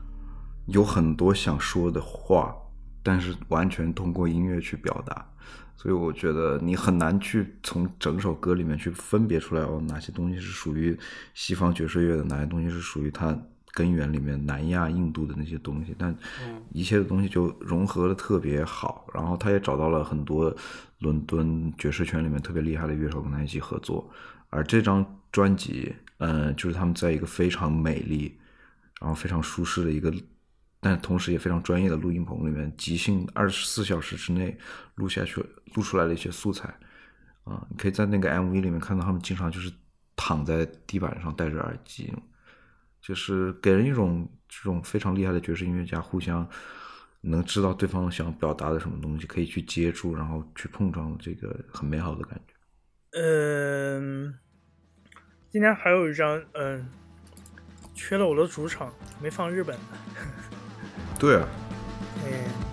有很多想说的话，但是完全通过音乐去表达。 所以我觉得你很难去从整首歌里面去分别出来哦，哪些东西是属于西方爵士乐的，哪些东西是属于它根源里面南亚印度的那些东西，但一切的东西就融合的特别好，然后他也找到了很多伦敦爵士圈里面特别厉害的乐手跟他一起合作，而这张专辑嗯，就是他们在一个非常美丽然后非常舒适的一个但同时也非常专业的录音棚里面即兴二十四小时之内录下去录出来的一些素材啊、呃，你可以在那个 M V 里面看到他们经常就是躺在地板上戴着耳机，就是给人一种这种非常厉害的爵士音乐家互相能知道对方想表达的什么东西，可以去接住然后去碰撞这个很美好的感觉。 嗯，今天还有一张嗯，缺了我的主场没放日本的。 对啊， 嗯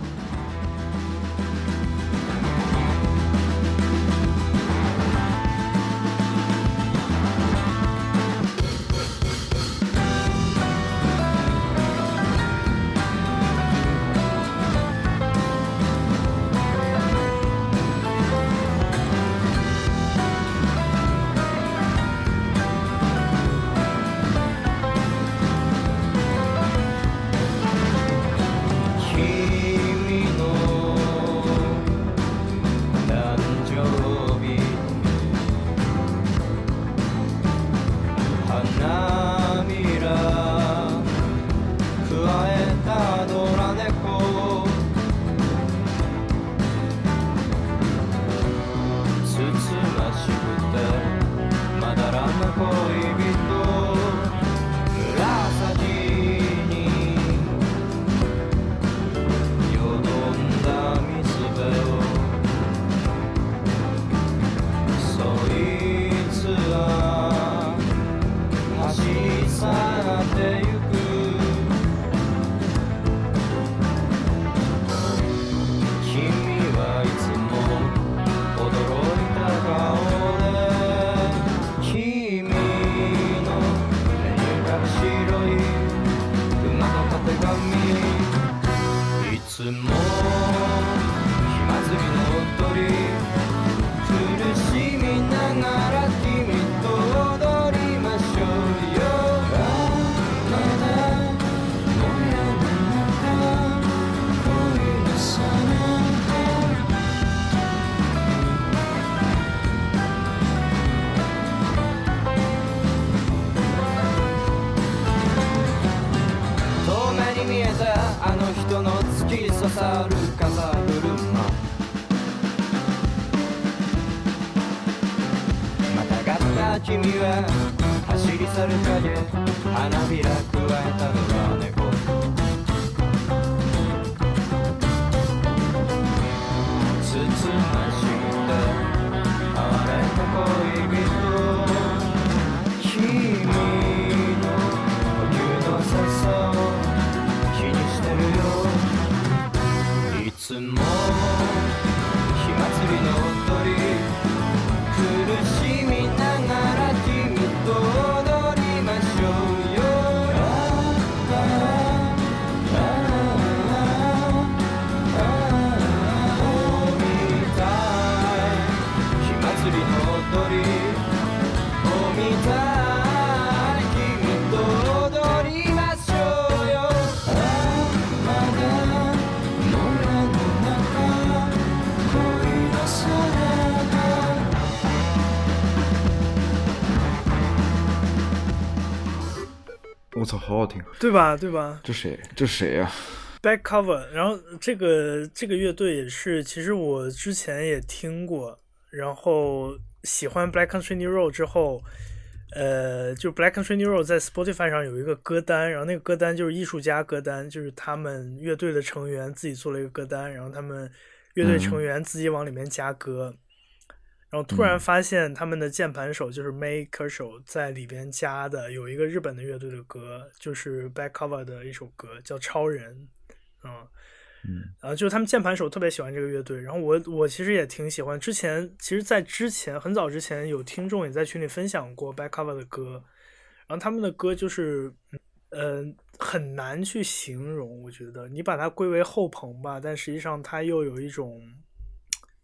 我操，好好听， 对吧？对吧？ 这谁？这谁呀、啊、 ？Back Cover， 然后这个这个乐队也是，其实我之前也听过，然后喜欢 Black Country New Road 之后，呃，就 Black Country New Road 在 Spotify 上有一个歌单，然后那个歌单就是艺术家歌单，就是他们乐队的成员自己做了一个歌单，然后他们乐队成员自己往里面加歌。嗯，然后突然发现他们的键盘手就是 May Kershaw 在里边加的有一个日本的乐队的歌，就是 Back Cover 的一首歌叫超人。嗯嗯， 然后就是他们键盘手特别喜欢这个乐队，然后我我其实也挺喜欢，之前其实在之前很早之前有听众也在群里分享过 Back Cover 的歌，然后他们的歌就是呃很难去形容，我觉得你把它归为后朋吧，但实际上它又有一种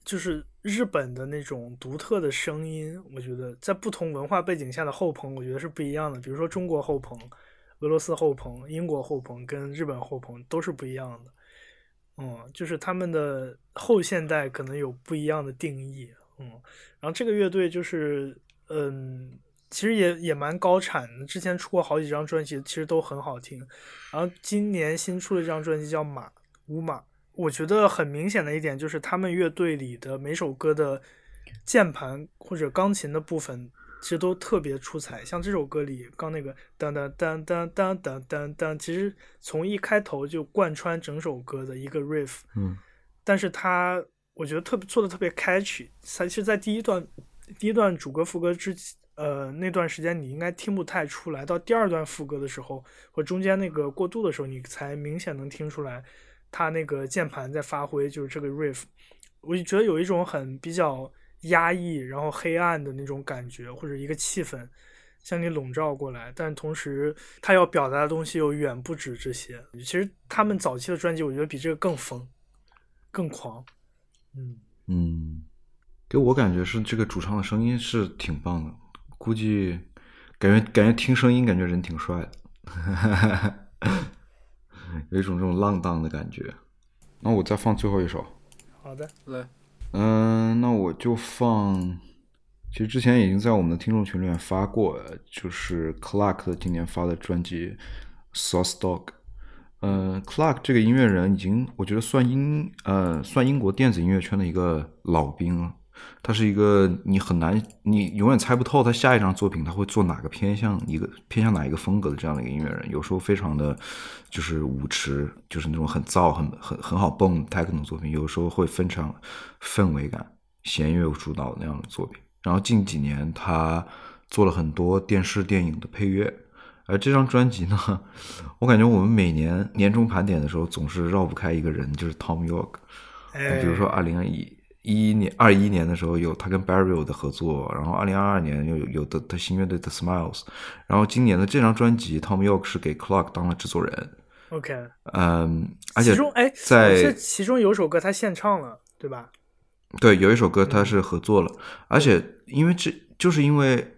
就是日本的那种独特的声音，我觉得在不同文化背景下的后朋，我觉得是不一样的。比如说中国后朋、俄罗斯后朋、英国后朋跟日本后朋都是不一样的。嗯，就是他们的后现代可能有不一样的定义。嗯，然后这个乐队就是嗯。其实也也蛮高产的，之前出过好几张专辑，其实都很好听。然后今年新出的这张专辑叫马乌马，我觉得很明显的一点就是他们乐队里的每首歌的键盘或者钢琴的部分其实都特别出彩。像这首歌里刚那个当当当当当当当当，其实从一开头就贯穿整首歌的一个 riff， 嗯， 但是他我觉得特别做的特别 catchy。他其实在第一段第一段主歌副歌之前。呃，那段时间你应该听不太出来，到第二段副歌的时候，或中间那个过渡的时候，你才明显能听出来，他那个键盘在发挥，就是这个 riff， 我觉得有一种很比较压抑，然后黑暗的那种感觉，或者一个气氛向你笼罩过来，但同时他要表达的东西又远不止这些。其实他们早期的专辑，我觉得比这个更疯、更狂。嗯嗯，给我感觉是这个主唱的声音是挺棒的。估计感觉感觉听声音感觉人挺帅的有一种这种浪荡的感觉。那我再放最后一首。 好的， 来， 嗯，那我就放，其实之前已经在我们的听众群里面发过，就是 Clark 今年发的专辑 Sauce Dog。呃 Clark 这个音乐人已经我觉得算英呃算英国电子音乐圈的一个老兵了。他是一个你很难你永远猜不透他下一张作品他会做哪个偏向一个偏向哪一个风格的这样的一个音乐人。有时候非常的就是舞池，就是那种很燥很很很好蹦 techno 作品，有时候会非常氛围感弦乐主导的那样的作品。然后近几年他做了很多电视电影的配乐。而这张专辑呢，我感觉我们每年年终盘点的时候总是绕不开一个人，就是 Tom York。比如说二零一一年二一年的时候有他跟 Burial 的合作，然后二零二二年有有的他新乐队 The Smiles， 然后今年的这张专辑 Tom York 是给 Clark 当了制作人。 OK， 嗯，而且其中哎， 在这其中有首歌他献唱了，对吧？ 对，有一首歌他是合作了，嗯、而且因为这就是因为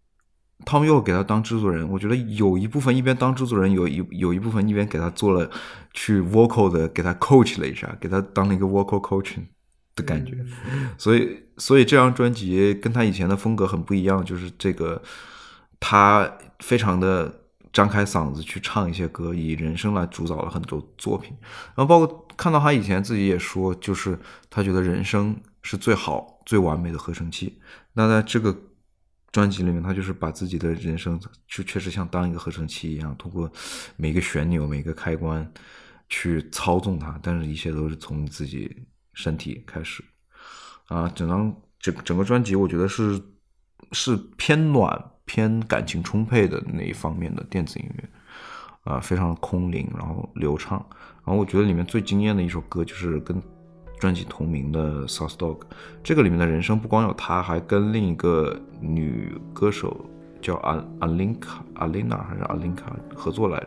Tom York 给他当制作人，我觉得有一部分一边当制作人，有一有一部分一边给他做了去 vocal 的，给他 coach 了一下，给他当了一个 vocal coaching的感觉。 嗯、 所以所以这张专辑跟他以前的风格很不一样，就是这个他非常的张开嗓子去唱一些歌，以人声来主导了很多作品。然后包括看到他以前自己也说，就是他觉得人声是最好最完美的合成器。那在这个专辑里面，他就是把自己的人生就确实像当一个合成器一样，通过每一个旋钮每一个开关去操纵它，但是一切都是从自己身体开始啊。整张整整个专辑我觉得是是偏暖偏感情充沛的那一方面的电子音乐啊，非常空灵然后流畅。然后我觉得里面最惊艳的一首歌就是跟专辑同名的 Sauce Dog， 这个里面的人声不光有他，还跟另一个女歌手叫 Alinka Alina 还是 Alinka 合作来着。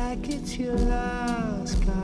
like it's your last cause.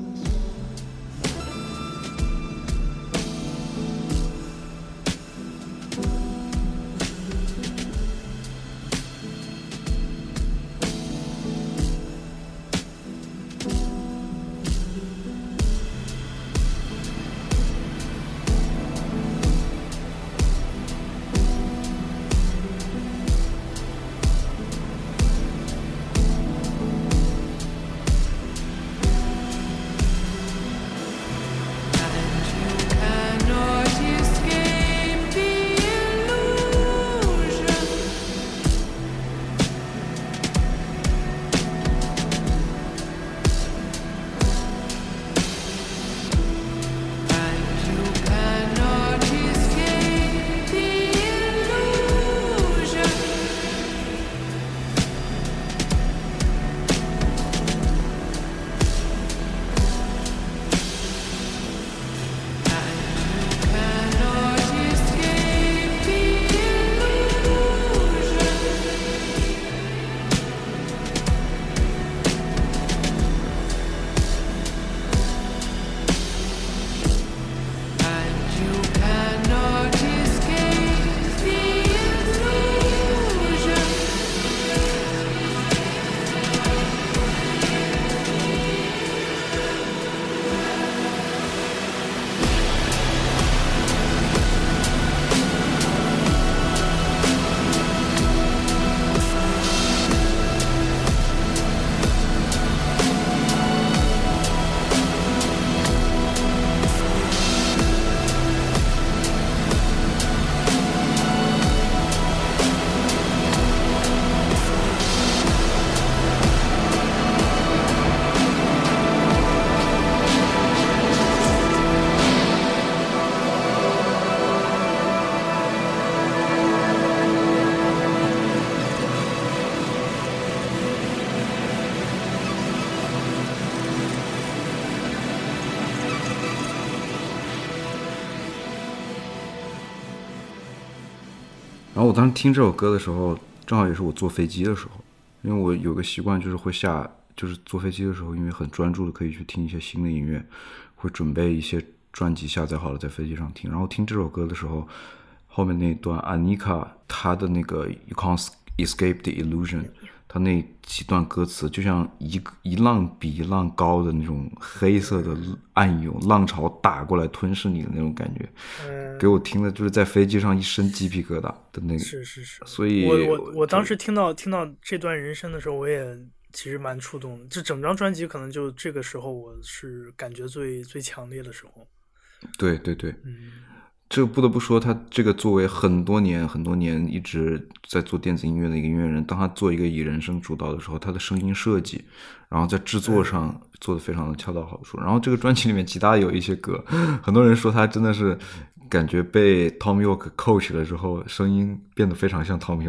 然后我当时听这首歌的时候，正好也是我坐飞机的时候，因为我有个习惯，就是会下，就是坐飞机的时候，因为很专注的可以去听一些新的音乐，会准备一些专辑下载好了在飞机上听。然后听这首歌的时候，后面那一段 Anika 她的那个 You can't escape the illusion， 她那几段歌词就像一一浪比一浪高的那种黑色的暗涌，浪潮打过来吞噬你的那种感觉，嗯、给我听的就是在飞机上一身鸡皮疙瘩的那个。 是是是， 所以我我我当时听到听到这段人声的时候，我也其实蛮触动的。这整张专辑可能就这个时候我是感觉最最强烈的时候。 对对对， 嗯。 这个不得不说，他这个作为很多年很多年一直在做电子音乐的一个音乐人，当他做一个以人声主导的时候，他的声音设计，然后在制作上做得非常的恰到好处。然后这个专辑里面其他有一些歌，很多人说他真的是感觉被 Tom York coach 了之后，声音变得非常像 Tom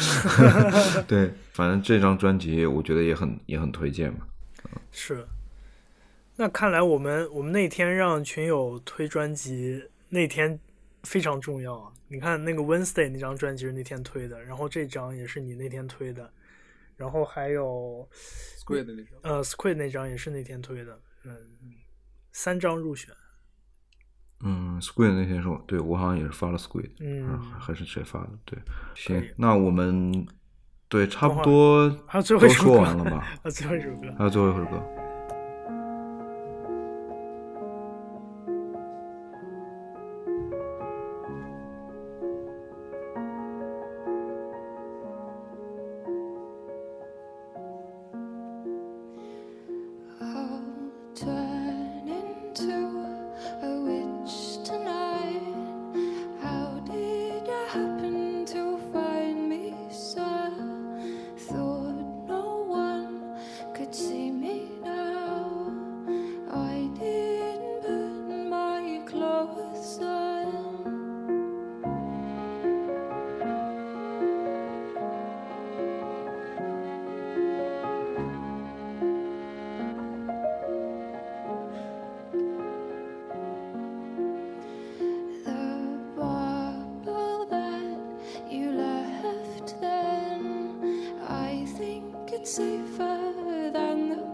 York。对，反正这张专辑我觉得也很也很推荐嘛。 是，那看来我们我们那天让群友推专辑那天非常重要啊！你看那个 Wednesday 那张专辑是那天推的，然后这张也是你那天推的，然后还有 Squid 那张， 呃 Squid 那张也是那天推的，嗯，三张入选。 嗯 Squid 那天是我对我好像也是发了 Squid， 嗯， 还是谁发的？对，行，那我们对差不多还有最后一首歌都说完了吧？ 还有最后一首歌， 还有最后一首歌。 Safer than the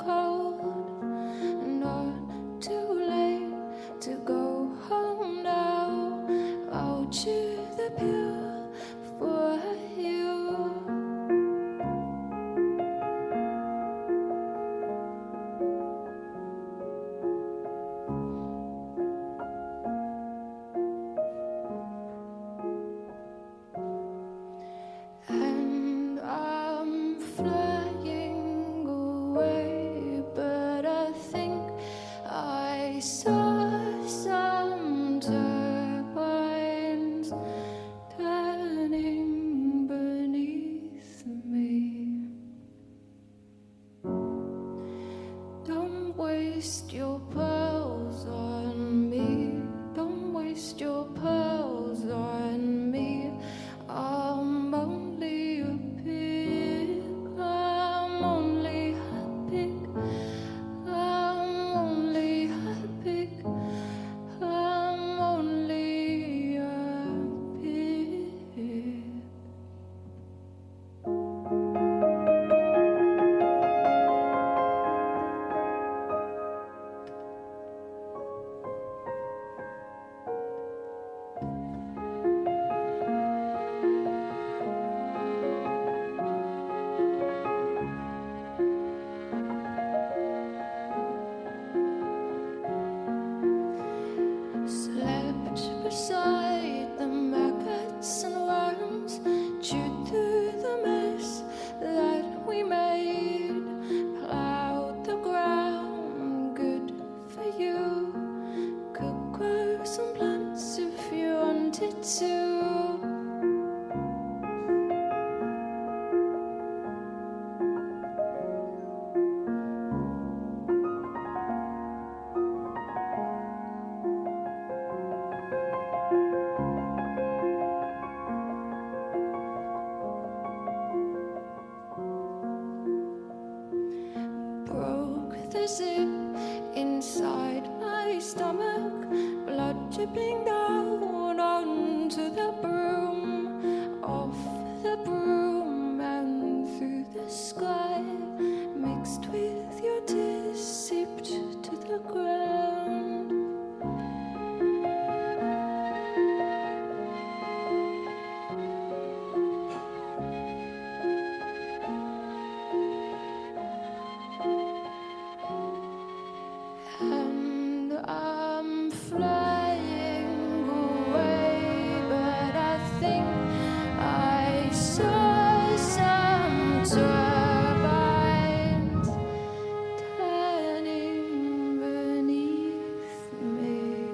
the zip inside my stomach, blood dripping down onto the broom, off the broom and through the sky, mixed with your tears seeped to the ground. And I'm flying away, but I think I saw some turbines turning beneath me.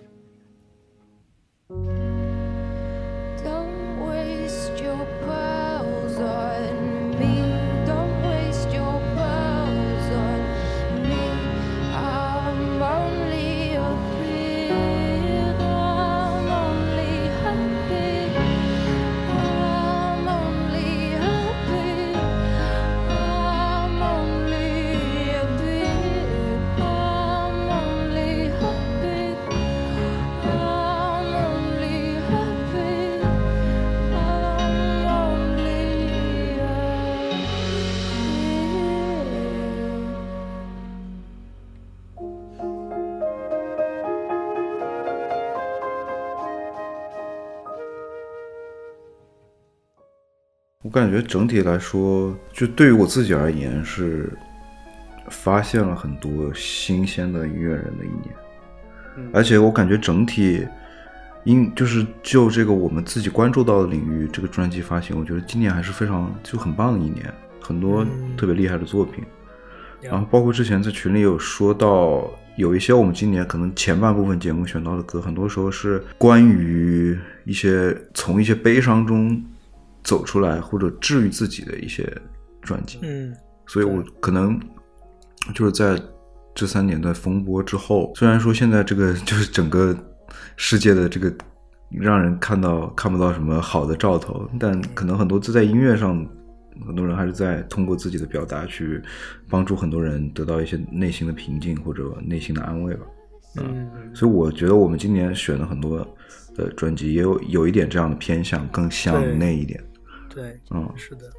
Don't waste your pearls on me. Don't waste your pearls on me. I'm only a pig. I'm only happy. I'm only happy. I'm only a pig. I'm only happy. I'm only happy. I'm only a pig. 我感觉整体来说，就对于我自己而言，是发现了很多新鲜的音乐人的一年。 嗯而且我感觉整体因就是就这个我们自己关注到的领域，这个专辑发行，我觉得今年还是非常就很棒的一年，很多特别厉害的作品。然后包括之前在群里有说到，有一些我们今年可能前半部分节目选到的歌，很多时候是关于一些从一些悲伤中走出来或者治愈自己的一些专辑。 嗯， 所以我可能就是在这三年的风波之后，虽然说现在这个就是整个世界的这个让人看到看不到什么好的兆头，但可能很多字在音乐上，很多人还是在通过自己的表达去帮助很多人得到一些内心的平静或者内心的安慰吧。 嗯， 所以我觉得我们今年选的很多的专辑也有有一点这样的偏向，更向内一点。 对， 嗯， 是的。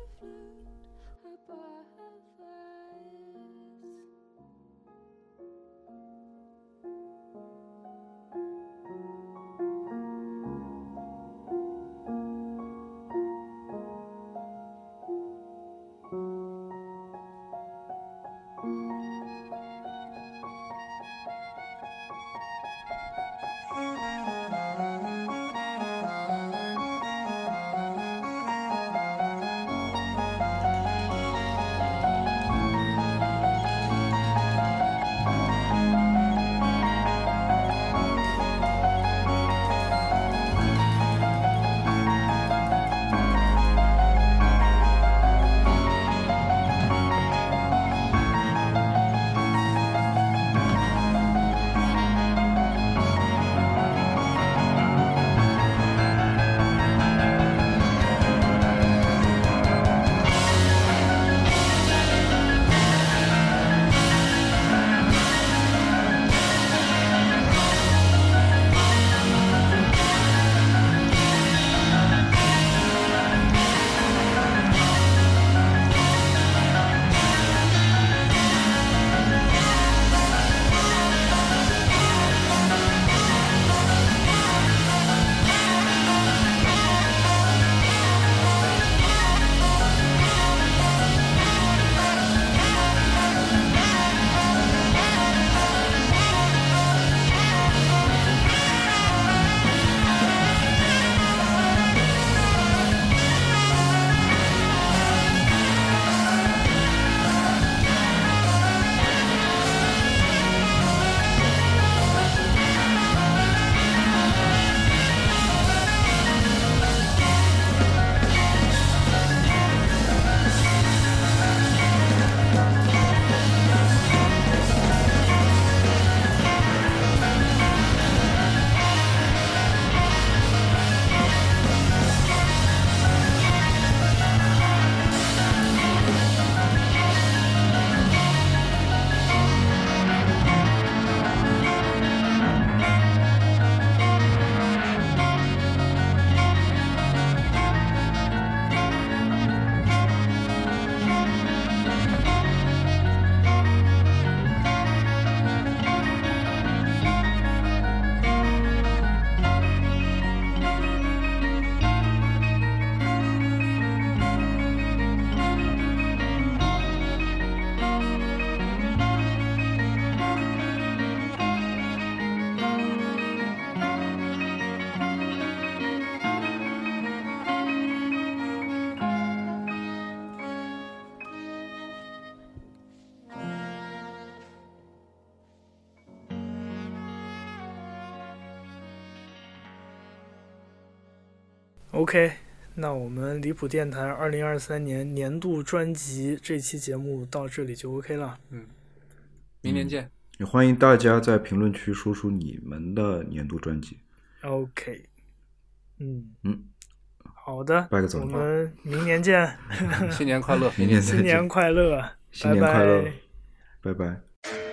OK， 那我们离谱电台二零二三年年度专辑这期节目到这里就 OK 了。 嗯，明年见。 嗯，也欢迎大家在评论区说出你们的年度专辑。 OK， 嗯嗯， 好的， 拜个早我们明年见。 新年快乐， 明年再见， 新年快乐， 新年快乐， 拜拜。 拜拜。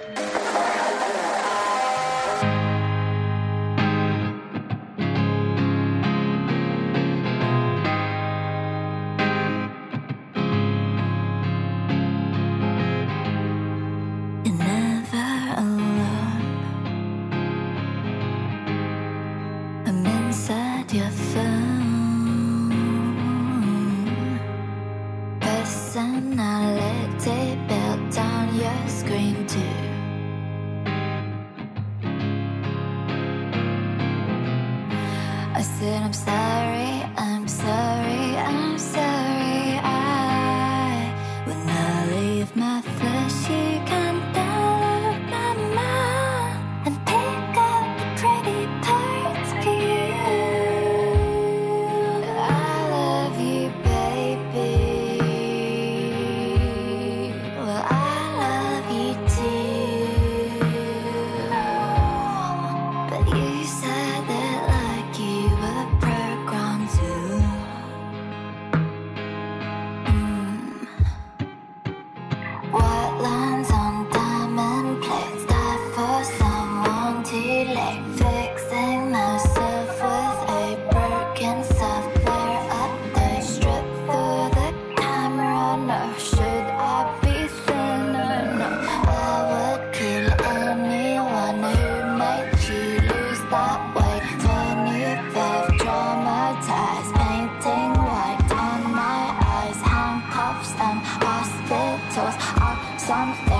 I said I'm sorry, I'm sorry, I'm sorry. I will not leave my flesh. You can download my mind and pick up the pretty parts for you. I love you, baby. Well, I love you too. But you said that like you were programmed to. Mm. White lines on diamond plates, die for someone too late. Fixing myself with a broken software update. Strip for the camera, no. Should I be thinner? No. I would kill anyone who made you lose that weight. Turn you both traumatized. Painting white on my eyes. Handcuffs and hospitals are something